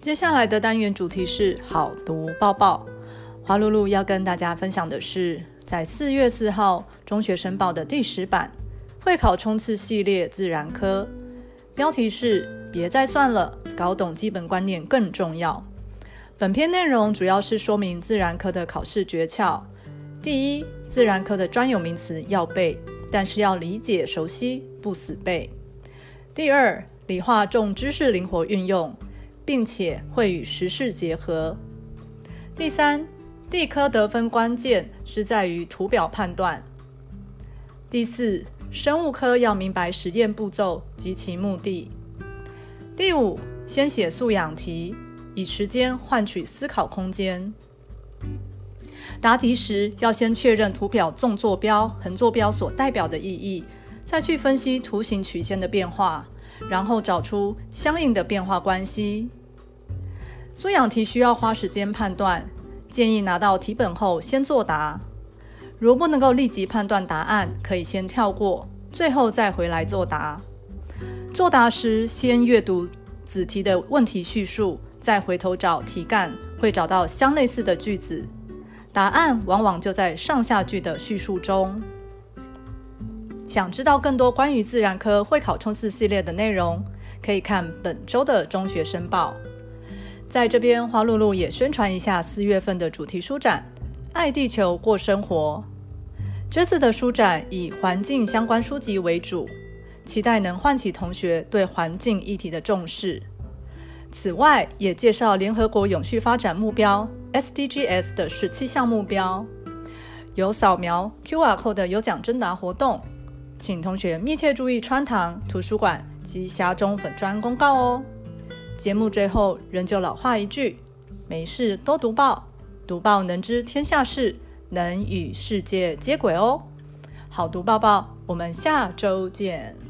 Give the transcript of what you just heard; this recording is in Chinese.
接下来的单元主题是好读报报。花露露要跟大家分享的是，在4月4号中学申报的第10版会考冲刺系列自然科，标题是别再算了，搞懂基本观念更重要。本篇内容主要是说明自然科的考试诀窍。第一，自然科的专有名词要背，但是要理解熟悉，不死背。第二，理化重知识灵活运用，并且会与时事结合。第三，地科得分关键是在于图表判断。第四，生物科要明白实验步骤及其目的。第五，先写素养题，以时间换取思考空间。答题时要先确认图表纵坐标、横坐标所代表的意义，再去分析图形曲线的变化，然后找出相应的变化关系。素养题需要花时间判断，建议拿到题本后先作答。如不能够立即判断答案，可以先跳过，最后再回来作答。作答时先阅读子题的问题叙述，再回头找题干，会找到相类似的句子。答案往往就在上下句的叙述中。想知道更多关于自然科会考冲刺系列的内容，可以看本周的中学申报。在这边，花露露也宣传一下4月份的主题书展《爱地球过生活》。这次的书展以环境相关书籍为主，期待能唤起同学对环境议题的重视。此外，也介绍联合国永续发展目标 SDGs 的17项目标，有扫描 QR Code 的有奖征答活动，请同学密切注意穿堂、图书馆及辖中粉专公告哦。节目最后仍旧老话一句，没事多读报，读报能知天下事，能与世界接轨哦。好读报报，我们下周见。